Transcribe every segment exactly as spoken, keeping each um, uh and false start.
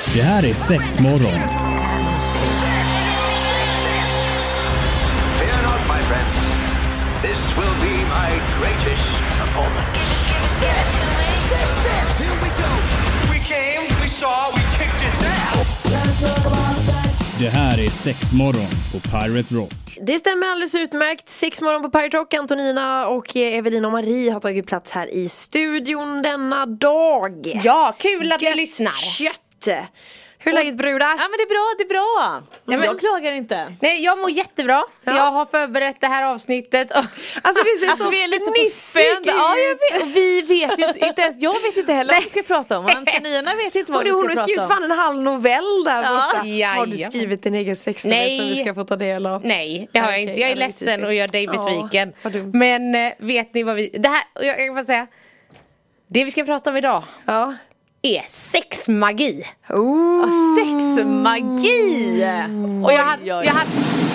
Det här är sex morgon. Fear not, my friends. This will be my greatest performance. Six, six, six. Here we go. We came, we saw, we kicked its ass. Det här är sex morgon på Pirate Rock. Det stämmer alldeles utmärkt. Sex morgon på Pirate Rock. Antonina och Evelina och Marie har tagit plats här i studion denna dag. Ja, kul att ni Gött lyssnar. Kött. Hur är läget, brudar? Ja, men det är bra, det är bra. Ja, men- Jag klagar inte. Nej, jag mår jättebra. Ja. Jag har förberett det här avsnittet. Och Alltså det ser Alltså, så vi är lite på nissig spänn. Ja, jag ut. vet. Och vi vet ju inte, inte ens, jag vet inte heller vad vi ska prata om. Och Antonina vet inte vad Och vi du, ska hon har prata skrivit om. fan en halv novell där Ja. borta. Har du Jajamän. skrivit din egen sexnovell Nej. som vi ska få ta del av? Nej, det har jag Okej, inte. Jag är ja, det är ledsen typiskt. och gör dig Ja, besviken. vad dumt. Men eh, vet ni vad vi... Det här, och jag, jag kan bara säga. Det vi ska prata om idag Ja. är sexmagi. Oh. Sexmagi. Och jag hade... Oj, oj. Jag hade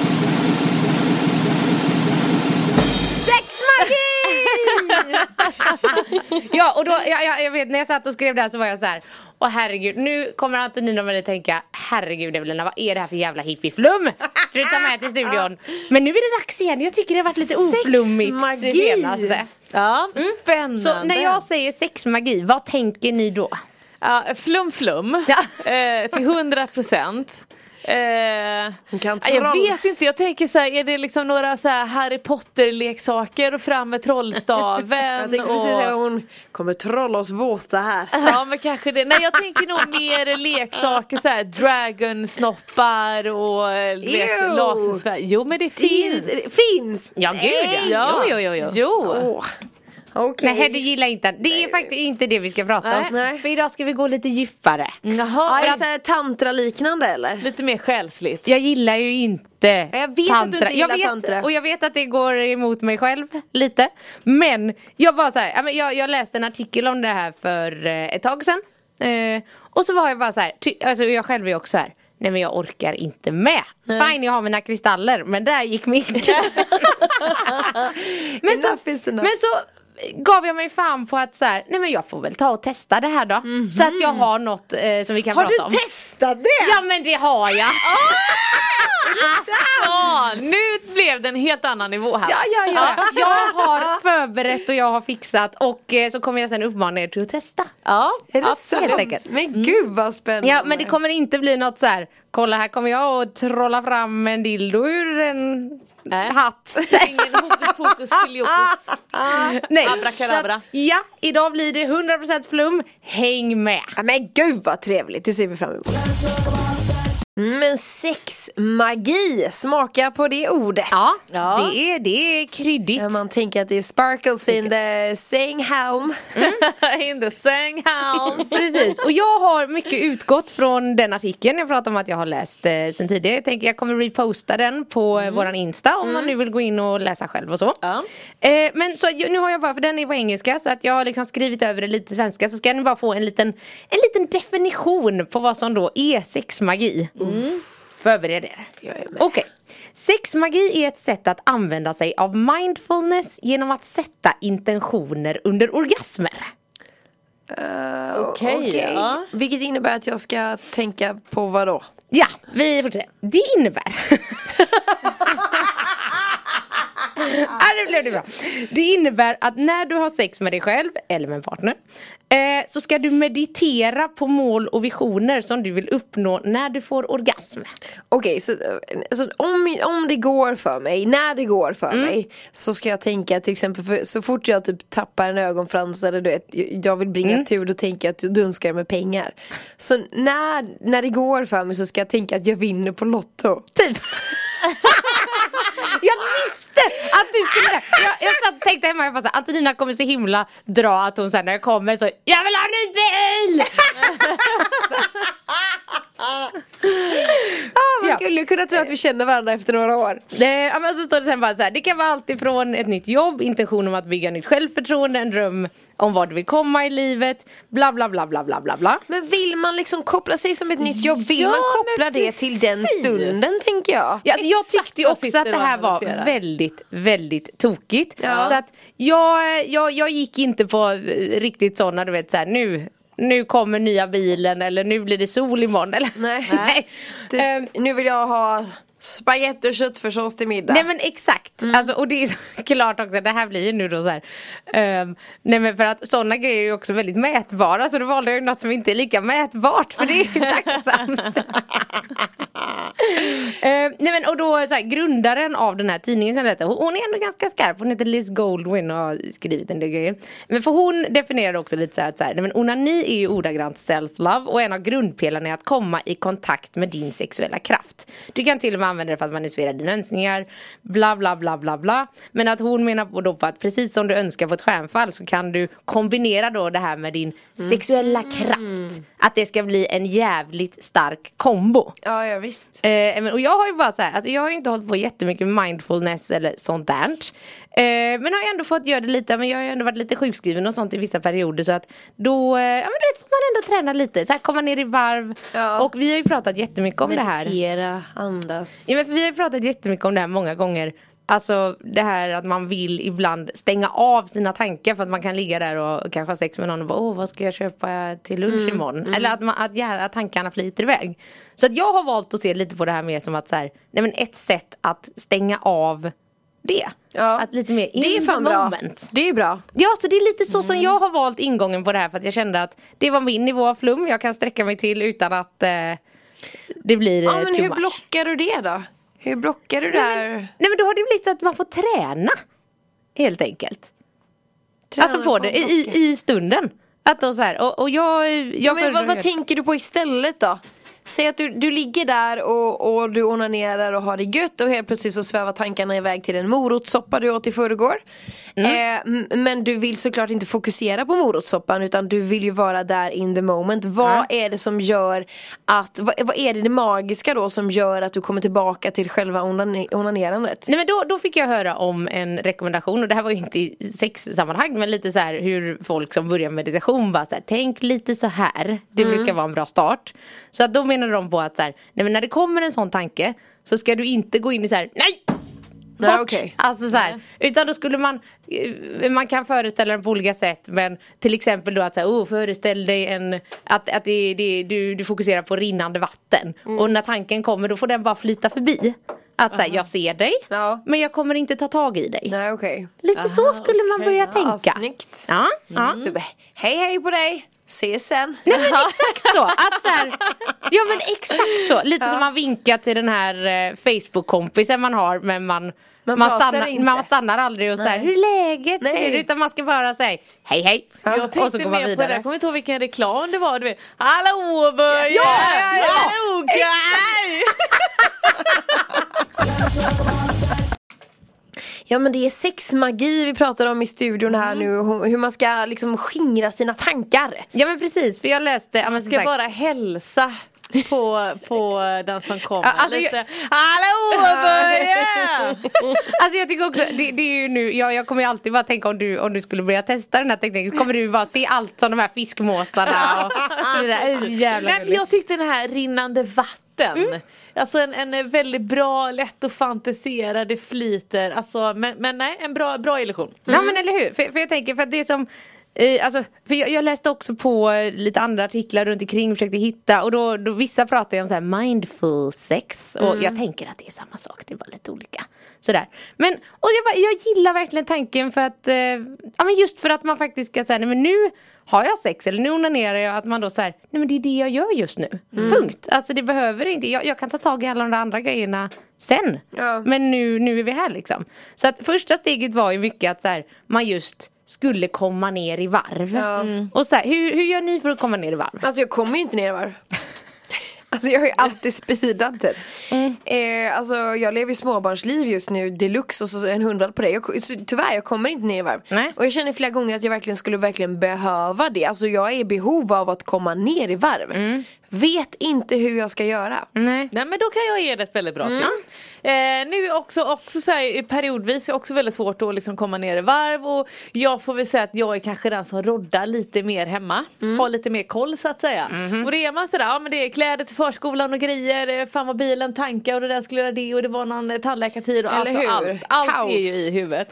ja, och då, jag, jag, jag vet, när jag satt och skrev det här så var jag så här: åh herregud, nu kommer Antonina och Marie tänka: herregud Evelina, vad är det här för jävla hippieflum? Du tar med till studion. Men nu är det dags igen, jag tycker det har varit lite oflummigt Sexmagi. det senaste. Ja, spännande. Så när jag säger sexmagi, vad tänker ni då? Ja, flum flum. Ja. Eh, till hundra procent. Eh, Hon kan ja, jag troll. vet inte, jag tänker så här, är det liksom några så här Harry Potter-leksaker och fram med trollstaven? Jag tänkte och... precis att hon kommer trolla oss våta här. Ja, men kanske det. Nej, jag tänker nog mer leksaker så här dragonsnoppar och Ew. lasersvärd. Jo, men det finns. Det finns! Ja, gud ja. Ja. Jo, jo, jo, jo. Jo. Åh. Okej. Nej, det gillar jag inte. Det är faktiskt inte det vi ska prata om. Nej. För idag ska vi gå lite djupare. Ja, Jaha, är det så här tantra-liknande eller? lite mer själsligt. Jag gillar ju inte Jag vet att du inte gillar jag vet, tantra. Och jag vet att det går emot mig själv lite. Men jag var så här, ja, men jag, jag läste en artikel om det här för eh, ett tag sedan. Eh, och så var jag bara så här, ty, alltså jag själv är också så här: nej, men jag orkar inte med. Nej. Fine, jag har mina kristaller, men där gick min. men, så, Enough is enough. men så gav jag mig fan på att så här, nej men jag får väl ta och testa det här då. Mm-hmm. Så att jag har något eh, som vi kan Har prata du om. testat det? Ja, men det har jag. Ja, nu blev det en helt annan nivå här. Ja, ja, ja. Jag har förberett och jag har fixat. Och eh, så kommer jag sen uppmana er till att testa. Ja, Är det Absolut. sant? Helt enkelt. Men gud vad spännande. Ja, men det kommer inte bli något så här: kolla här kommer jag att trolla fram en dildo ur en Nej. hatt. ingen hokus pokus filiokus. Nej, Abracadabra. så att, ja, idag blir det hundra procent flum. Häng med. Ja, men gud vad trevligt, det ser vi fram emot. Men sexmagi, smaka på det ordet. Ja, Ja. Det, är, det är kryddigt. Ja, man tänker att det är sparkles in the Sanghelm. In the Sanghelm. Precis, och jag har mycket utgått från den artikeln jag pratade om att jag har läst eh, sen tidigare. Jag tänker jag kommer reposta den på mm. våran Insta om mm. man nu vill gå in och läsa själv och så. Ja. eh, Men så nu har jag bara, för den är på engelska, så att jag har liksom skrivit över det lite svenska. Så ska ni bara få en liten, en liten definition på vad som då är sexmagi. Mm. Förbered er. Jag är med. Okej. Sexmagi är ett sätt att använda sig av mindfulness genom att sätta intentioner under orgasmer. Uh, Okej, okej. ja. Vilket innebär att jag ska tänka på vad då? Ja, vi fortsätter. Det innebär ah, det blev det bra. Det innebär att när du har sex med dig själv eller med en partner eh, så ska du meditera på mål och visioner som du vill uppnå när du får orgasm. Okej, så, så om, om det går för mig, när det går för Mm. mig, så ska jag tänka till exempel, för så fort jag typ tappar en ögonfrans eller du vet, jag vill bringa Mm. tur, då tänker jag att då önskar jag med pengar. Så när, när det går för mig så ska jag tänka att jag vinner på Lotto. Typ. Jag visste att du skulle det. Jag, jag satt och tänkte hemma, jag bara så här, Antonina kommer så himla dra att hon sen när jag kommer så: jag vill ha en ny bil! Ah, man Ja. skulle ju kunna tro att vi känner varandra efter några år. Det, ja, men så står det sen bara så här: det kan vara allt ifrån ett nytt jobb, intention om att bygga nytt självförtroende, en dröm om vad du vill komma i livet, bla bla bla bla bla bla bla. Men vill man liksom koppla sig som ett nytt jobb, vill Ja, man koppla men det till den precis. stunden, tänker jag. Ja, alltså jag Exakt tyckte ju vad också sitter att det här och var analyserar. väldigt, väldigt tokigt. Ja. Så att jag, jag, jag gick inte på riktigt sådana, du vet så här, nu nu kommer nya bilen eller nu blir det sol imorgon eller Nej, nej. Typ, Um, nu vill jag ha spagetti och köttfärssås till middag. Nej men exakt, mm. alltså, och det är så klart också, det här blir ju nu då så här. Um, nej men för att sådana grejer är ju också väldigt mätbara, så då valde jag ju något som inte är lika mätbart, för det är ju tacksamt. uh, nej men och då så här, grundaren av den här tidningen som heter, hon är ändå ganska skarp, hon heter Liz Goldwyn och har skrivit en del grejer. Men för hon definierar också lite så här, så här nej men onani är ju ordagrant self-love, och en av grundpelarna är att komma i kontakt med din sexuella kraft. Du kan till och med använder det för att manifestera dina önskningar, bla bla bla bla bla. Men att hon menar på då på att precis som du önskar på ett stjärnfall så kan du kombinera då det här med din mm. sexuella kraft. Att det ska bli en jävligt stark kombo. Ja, ja visst. Eh, och jag har ju bara så här, alltså jag har ju inte hållit på jättemycket med mindfulness eller sånt där. Eh, men har ju ändå fått göra det lite, men jag har ju ändå varit lite sjukskriven och sånt i vissa perioder, så att då, eh, ja men du vet, får man ändå träna lite, så här komma ner i varv. Ja. Och vi har ju pratat jättemycket om Meditera, det här. Meditera, andas. Ja men för vi har ju pratat jättemycket om det här många gånger. Alltså det här att man vill ibland stänga av sina tankar för att man kan ligga där och kanske ha sex med någon och bara, åh vad ska jag köpa till lunch mm, imorgon? Mm. Eller att, man, att, ja, att tankarna flyter iväg. Så att jag har valt att se lite på det här mer som att så här, nej men ett sätt att stänga av det. Ja. Att lite mer in det är fan bra. Moment. Det är bra. Ja, så det är lite så mm. som jag har valt ingången på det här, för att jag kände att det var min nivå av flum. Jag kan sträcka mig till utan att eh, det blir ja, men too hur much. blockar du det då? Hur blockar du det här? Nej men då har det blivit att man får träna. Helt enkelt. Träna alltså på det i, i stunden. Att då så här, och, och jag, jag ja, men vad, vad tänker du på istället då? Säg att du, du ligger där och, och du onanerar och har det gött, och helt plötsligt så svävar tankarna iväg till en morotssoppa du åt i förrgår. Mm. Eh, men du vill såklart inte fokusera på morotssoppan, utan du vill ju vara där in the moment. Vad mm. är det som gör att, vad, vad är det, det magiska då som gör att du kommer tillbaka till själva onan, onanerandet? Nej men då, då fick jag höra om en rekommendation, och det här var ju inte i sexsammanhang, men lite så här hur folk som börjar meditation bara så här, tänk lite så här. Det mm. brukar vara en bra start. Så att då menar de på att så här, nej men när det kommer en sån tanke så ska du inte gå in i så här, nej! Nej, okay. Alltså så här, utan då skulle man man kan föreställa den på olika sätt, men till exempel då att så här, oh, föreställ dig en att att det, det, du du fokuserar på rinnande vatten mm. och när tanken kommer då får den bara flyta förbi. Att så här, jag ser dig ja. men jag kommer inte ta tag i dig. Nej, okay. Lite Aha, så skulle man okay. börja ja, tänka. Snyggt. Ja, mm. ja. Så, hej hej på dig. Ses sen. Nej men exakt så. Att så här, ja men exakt så. Lite ja. som man vinkar till den här eh, Facebook-kompisen man har, men man Man, man, stannar, man stannar aldrig och säger hur är läget? Nej. Utan man ska bara säga hej hej. Ja. Jag tänkte och så mer på det. Jag kommer inte ihåg vilken reklam det var. Du vet, hallå Börje! Ja, ja, ja. Hallå Kaj! Ja men det är sexmagi vi pratar om i studion här mm. nu. Hur man ska liksom skingra sina tankar. Ja men precis, för jag läste ja, man ska sagt, bara hälsa på, på den som kommer. Ja, alltså lite. Jag, hallå Börje! Alltså jag tycker också det, det är ju nu jag, jag kommer ju alltid bara tänka om du, om du skulle börja testa den här tekniken, så kommer du bara se allt som de här fiskmåsarna och det där är jävla. Nej, men jag tyckte den här rinnande vatten mm. Alltså en, en väldigt bra, lätt att fantisera, det flyter. Alltså, men, men nej, en bra, bra illusion. Mm. Ja men eller hur, för, för jag tänker för att det är som eh, alltså, för jag, jag läste också på lite andra artiklar runt omkring och försökte hitta, och då, då vissa pratar ju om så här mindful sex och mm. jag tänker att det är samma sak, det är bara lite olika sådär. Men, och jag, bara, jag gillar verkligen tanken för att eh, ja men just för att man faktiskt ska säga, nej men nu har jag sex eller nu onanerar jag, att man då säger nej men det är det jag gör just nu. Mm. Punkt. Alltså det behöver inte, jag, jag kan ta tag i alla de andra grejerna sen. Ja. Men nu, nu är vi här liksom. Så att första steget var ju mycket att så här, man just skulle komma ner i varv. Ja. Mm. Och så här, hur, hur gör ni för att komma ner i varv? Alltså jag kommer ju inte ner i varv. Alltså jag är ju alltid speedad typ. Mm. eh, Alltså jag lever ju småbarnsliv just nu deluxe och så en hundvalp på det. jag, så, Tyvärr jag kommer inte ner i varv. Nej. Och jag känner flera gånger att jag verkligen skulle verkligen behöva det. Alltså jag är i behov av att komma ner i varv. mm. Vet inte hur jag ska göra. Nej. Nej men då kan jag ge det ett väldigt bra mm. tips. eh, Nu också, också så här, periodvis är också väldigt svårt att liksom komma ner i varv. Och jag får väl säga att jag är kanske den som roddar lite mer hemma. mm. Har lite mer koll så att säga. mm. Och det är man sådär, ja men det är kläder till förskolan och grejer. Fan vad bilen tankar och det där skulle göra det. Och det var någon tandläkartid och Eller alltså hur? allt. Allt Kaos. Är ju i huvudet.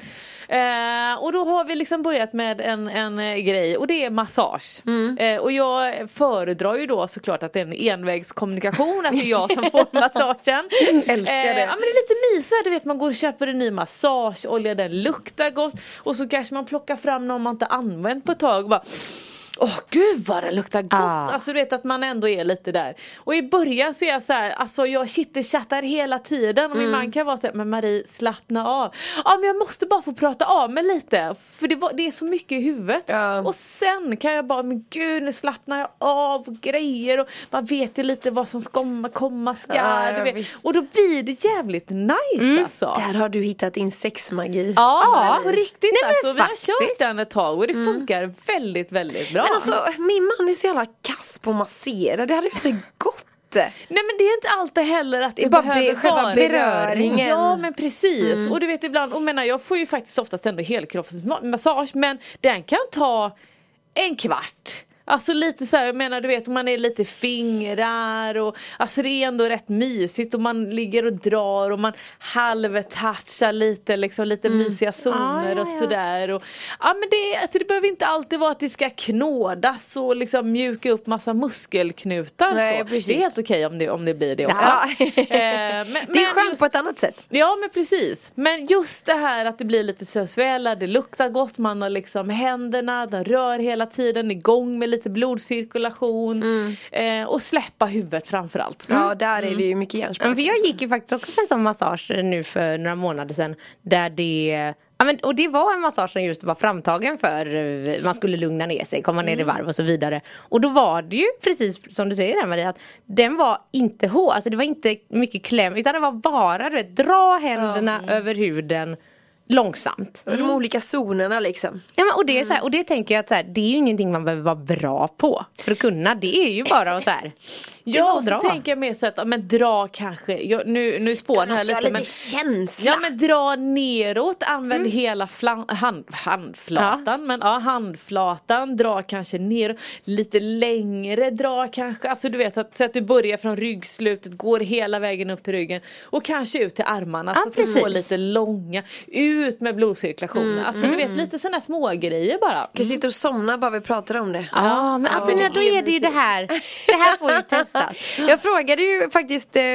Eh, och då har vi liksom börjat med en, en eh, grej och det är massage. Mm. Eh, och jag föredrar ju då såklart att det är en envägskommunikation, att det är jag som får massagen. Älskar det. Eh, ja, men det är lite mysigt, du vet, man går och köper en ny massageolja, den luktar gott och så kanske man plockar fram någon man inte använt på ett tag och bara åh oh, gud vad det luktar gott. Ah. Alltså du vet att man ändå är lite där. Och i början så är jag så här, alltså jag chitterchattar hela tiden. Och mm. min man kan vara så här, men Marie slappna av. Ja men jag måste bara få prata av mig lite. För det, var, det är så mycket i huvudet. Ja. Och sen kan jag bara, men gud nu slappnar jag av och grejer. Och man vet ju lite vad som ska komma ska. Ja, du vet. Och då blir det jävligt nice mm. alltså. Där har du hittat din sexmagi. Ja, ja. På riktigt. Nej, alltså. Vi har kört den ett tag och det mm. funkar väldigt, väldigt bra. Men alltså, min man är så jävla kass på att massera. Det hade inte gått. Nej men det är inte alltid heller att det, det bara behöver be, vara beröringen. Ja men precis. Mm. Och du vet ibland, och menar, jag får ju faktiskt oftast ändå helkroppsmassage, men den kan ta en kvart. Alltså lite så här, jag menar du vet, man är lite fingrar och alltså det är ändå rätt mysigt och man ligger och drar och man halvtouchar lite liksom lite mm. mysiga zoner ah, ja, ja. och sådär och ja men det, alltså, det behöver inte alltid vara att det ska knådas och liksom mjuka upp massa muskelknutar. Nej, så. Det är helt okej om det, om det blir det också. Ja. eh, men, det är skönt just, på ett annat sätt. Ja men precis. Men just det här att det blir lite sensuella, det luktar gott, man har liksom händerna, de rör hela tiden, igång med lite blodcirkulation mm. eh, och släppa huvudet framförallt. Mm. Ja, där är det ju mycket hjärnspråk. För jag gick ju faktiskt också på en sån massage nu för några månader sedan där det ja, men, och det var en massage som just var framtagen för man skulle lugna ner sig, komma ner mm. i varv och så vidare. Och då var det ju precis som du säger här Maria, att den var inte hård, alltså det var inte mycket kläm utan det var bara du vet, dra händerna mm. över huden långsamt. Mm. De olika zonerna liksom. Ja, men, och, det är så här, och det tänker jag att så här, det är ju ingenting man behöver vara bra på. För att kunna, det är ju bara att så här. Ja, och så dra. Tänker jag mer så att men dra kanske, jag, nu, nu spånar ja, här lite. lite men, känsla. Ja men dra neråt, använd mm. hela flan, hand, handflatan. Ja. Men ja, handflatan, dra kanske ner lite längre, dra kanske, alltså du vet så att, så att du börjar från ryggslutet, går hela vägen upp till ryggen och kanske ut till armarna ja, så att precis. Du får lite långa, ut med blodcirkulationen. Mm. Alltså du vet lite sådana små grejer bara. Mm. Kan sitta och somna bara vi pratar om det. Ja, men ja, Antonia, då är det ju det här. Det här får ju testas. Jag frågade ju faktiskt eh,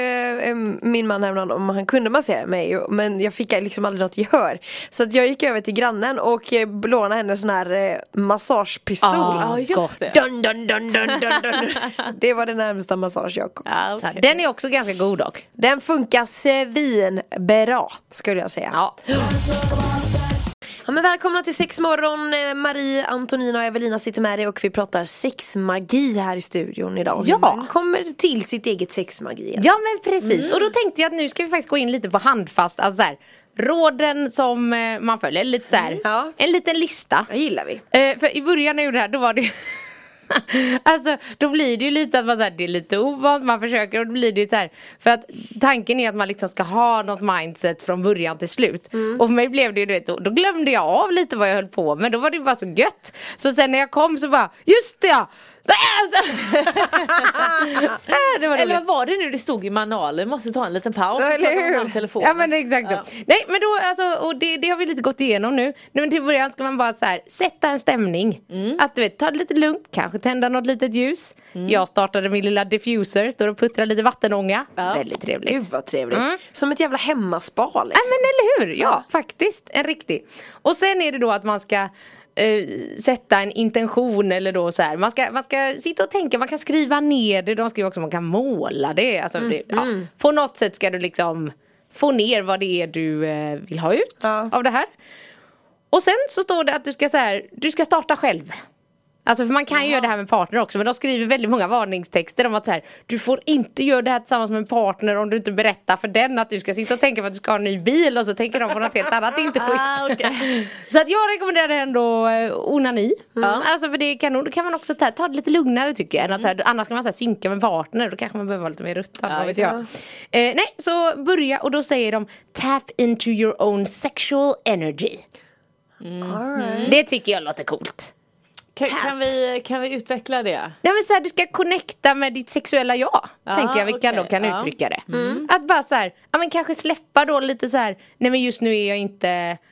min man häromdagen om han kunde massera mig, men jag fick liksom aldrig något gehör. Så att jag gick över till grannen och eh, lånade henne en sån här eh, massagepistol. Ja, ah, just det. Dun, dun, dun, dun, dun, dun. Det var den närmsta massage jag kom. Ah, okay. Den är också ganska god dock. Den funkar svinbra, skulle jag säga. Ja. Ja, men välkomna till Sexmorgon. Marie, Antonina och Evelina sitter med dig och vi pratar sexmagi här i studion idag. Ja. Man kommer till sitt eget sexmagi. Ja, men precis. Mm. Och då tänkte jag att nu ska vi faktiskt gå in lite på handfast, alltså så här, råden som man följer, lite så här, mm. ja. En liten lista. Det gillar vi. Eh, för i början när jag gjorde det här, då var det alltså då blir det ju lite att man så här, det är lite ovant, man försöker och då blir det ju så här, för att tanken är att man liksom ska ha något mindset från början till slut mm. och för mig blev det ju det, då, då glömde jag av lite vad jag höll på men då var det ju bara så gött, så sen när jag kom så bara, just det ja det var eller vad var det nu det stod i manualen, måste ta en liten paus och telefon. Ja men exakt ja. Nej men då alltså, och det, det har vi lite gått igenom nu. Nu men till början ska man bara så här sätta en stämning mm. att du vet, ta det lite lugnt, kanske tända något litet ljus mm. Jag startade min lilla diffuser, står och puttrar lite vattenånga ja. Väldigt trevligt. Gud vad trevligt mm. Som ett jävla hemmaspa liksom. Ja men eller hur, ja, ja faktiskt, en riktig. Och sen är det då att man ska Uh, sätta en intention eller då så här. Man ska, man ska sitta och tänka, man kan skriva ner det, de skriver också man kan måla det, alltså mm, det ja. Mm. På något sätt ska du liksom få ner vad det är du uh, vill ha ut ja. Av det här. Och sen så står det att du ska så här, du ska starta själv. Alltså för man kan ju göra det här med partner också, men de skriver väldigt många varningstexter om att så här, du får inte göra det här tillsammans med en partner om du inte berättar för den att du ska sitta och tänka på att du ska ha en ny bil och så tänker de på något helt annat, det är inte schysst. Ah, okay. Så att jag rekommenderar ändå uh, onani. Mm. Alltså för det kan, då kan man också ta, ta det lite lugnare tycker jag. Än att, mm. här, annars kan man så här, synka med partner, då kanske man behöver vara lite mer ruttad. Ja, vet jag. Uh, nej, så börja och då säger de tap into your own sexual energy. Mm. All right. Det tycker jag låter coolt. Kan, kan, vi, kan vi utveckla det? Ja men så här, du ska connecta med ditt sexuella jag. Ah, tänker jag vi kan okay. då kan ja. Uttrycka det. Mm. Att bara så här, ja men kanske släppa då lite så här. Nej men just nu är jag inte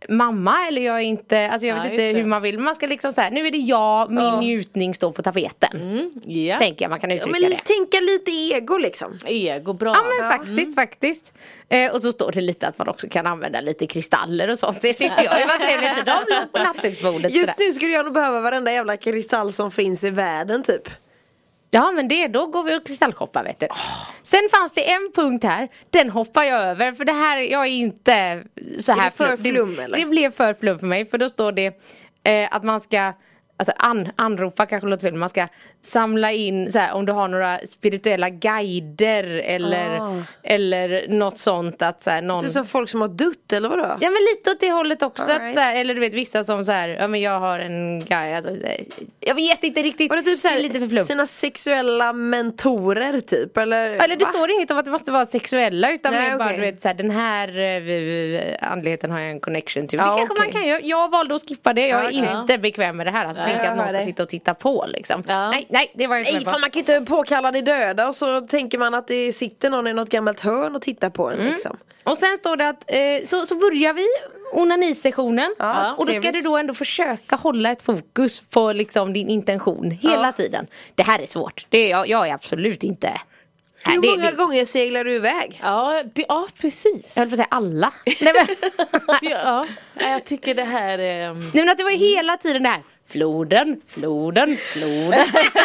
mamma eller jag är inte, alltså jag Ja, vet just inte det. hur man vill. Man ska liksom säga, nu är det jag, min Ja. njutning står på tapeten. Mm, ja. Tänker jag man kan Ja, uttrycka men det. tänka lite ego liksom. Ego, bra. Ja men faktiskt, faktiskt. Eh, och så står det lite att man också kan använda lite kristaller och sånt. Det tyckte jag var trevligt. Så de låg på nattduksbordet. Just sådär. nu skulle jag nog behöva varenda jävla kristall som finns i världen typ. Ja men det, då går vi och kristallshoppar vet du. Sen fanns det en punkt här. Den hoppar jag över. För det här, jag är inte så här det för flum. flum, det, eller? det blev för flum för mig. För då står det eh, att man ska, alltså an, anropa kanske låter fel. Man ska samla in så här, om du har några spirituella guider. Eller, Ah. eller något sånt. Att, så här, någon... Det är som folk som har dött eller vadå? Ja men lite åt det hållet också. All Att, right. så här, eller du vet vissa som så här, ja men jag har en guy. Alltså, så här, jag vet inte riktigt. Var det typ så här, är lite för flum. sina sexuella mentorer typ? Eller, Eller det va? står inget om att det måste vara sexuella utan Nej, mer bara okej. du vet så här, den här eh, andligheten har jag en connection till. Ja, det kanske okej. man kan göra. Jag valde att skippa det. Jag är Ja, okej. inte bekväm med det här. Alltså, Ja, tänka jag att någon hör ska dig. sitta och titta på liksom. Ja. Nej, nej, det var jag inte Nej med på. fan man kan inte påkalla det döda och så tänker man att det sitter någon i något gammalt hörn och tittar på en Mm. liksom. Och sen står det att eh, så, så börjar vi onanisessionen Ja, och då ska trevligt. du då ändå försöka hålla ett fokus på liksom din intention hela Ja. tiden. Det här är svårt. Det är, jag, jag är absolut inte. Nej, Hur det, många det, gånger seglar du iväg? Ja, det, ja, precis. jag höll på att säga alla. Nej, men, Ja, jag tycker det här är... Nej men att det var ju hela tiden det här. Floden, floden, floden.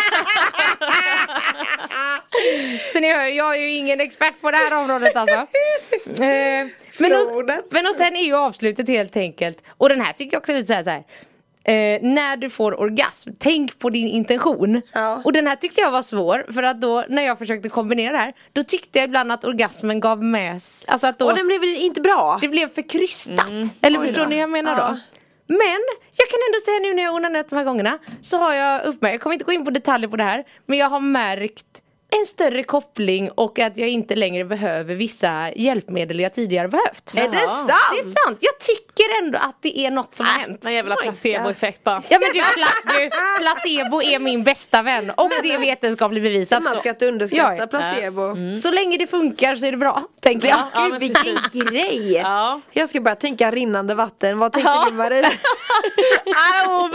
Så ni hör, jag är ju ingen expert på det här området alltså. Eh, men, och, Floden. men och sen är ju avslutet helt enkelt. Och den här tycker jag också är lite så här, så här. Eh, när du får orgasm, tänk på din intention. Ja. Och den här tyckte jag var svår. För att då, när jag försökte kombinera det här, då tyckte jag ibland att orgasmen gav med s- alltså att då, Och den blev väl inte bra? det blev för krystat. Eller Oj förstår då. ni vad jag menar Ja. då? Men jag kan ändå säga nu när jag har onanerat de här gångerna, så har jag uppmärkt, jag kommer inte gå in på detaljer på det här, men jag har märkt en större koppling och att jag inte längre behöver vissa hjälpmedel jag tidigare behövt. Är det sant? Det är sant. Jag tycker ändå att det är något som har hänt. En jävla Oh my placeboeffekt bara. Ja men du, pla- du, placebo är min bästa vän och det är vetenskapligt bevisat. Man ska inte underskatta Ja. placebo. Så länge det funkar så är det bra, tänker jag. Ja, Gud men vilken precis. grej! Ja. Jag ska bara tänka rinnande vatten. Vad tänker Ja. du Marie? Au,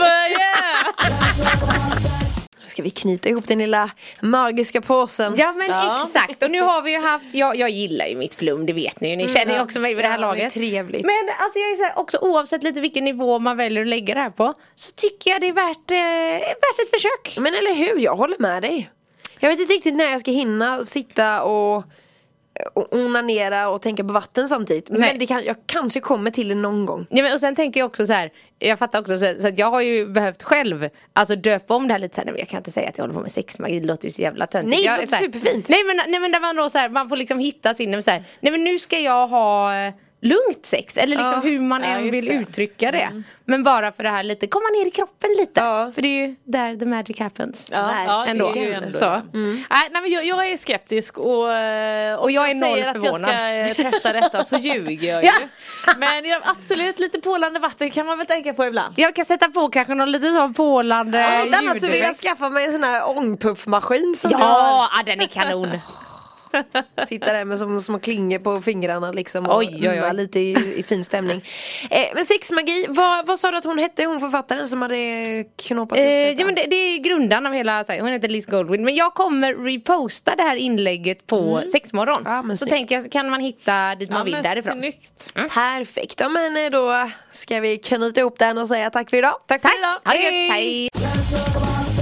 yeah! Ska vi knyta ihop den lilla magiska påsen? Ja men Ja. exakt, och nu har vi ju haft, jag, jag gillar ju mitt flum, det vet ni ju, ni känner ju också mig vid det här Ja, det är laget. trevligt. Men alltså jag är så här, också oavsett lite vilken nivå man väljer att lägga det här på, så tycker jag det är värt, eh, värt ett försök. Men eller hur, jag håller med dig. Jag vet inte riktigt när jag ska hinna sitta och, och onanera och tänka på vatten samtidigt. Nej. Men det kan, jag kanske kommer till det någon gång. Ja, men, och sen tänker jag också så här, jag fattar också så, så att jag har ju behövt själv alltså döpa om det här lite så här, nej, men jag kan inte säga att jag håller på med sexmagi, det låter ju så jävla töntigt. Nej, Jag det är så här- låter superfint. Nej men, nej men där man då så här, man får liksom hitta sin så här, nej men nu ska jag ha eh, lugnt sex eller liksom Ja. hur man Ja, än just vill det. uttrycka det. Men bara för det här lite, komma ner i kroppen lite. Ja. För det är ju där the magic happens. Ja, ja, det ändå. är ju ändå Så. det. Mm. Nej, nej men jag, jag är skeptisk och, eh, Och jag är om noll säger att jag förvånad. ska eh, testa detta så ljuger jag ju. Ja. Men jag, absolut lite pålande vatten kan man väl tänka på ibland. Jag kan sätta på kanske någon lite sån pålande Om inte annat så vill jag ljudeffekt. skaffa mig en sån här ångpuffmaskin som jag har. Ja, ah, den är kanon. Sitta där med som små klingor på fingrarna liksom och Oj, oj, oj. umma lite i, i fin stämning. Eh, men sexmagi, vad, vad sa du att hon hette, hon författaren som hade knoppat upp Eh, detta? ja, men det, det är grundaren av hela, så här, hon heter Liz Goldwyn. Men jag kommer reposta det här inlägget på Sexmorgon. Ja, men så snyggt. tänker jag, så kan man hitta dit man Ja, vill men därifrån. snyggt. Perfekt, ja, men eh, då ska vi knyta ihop den och säga tack för idag. Tack för idag. Ha det gött, hej!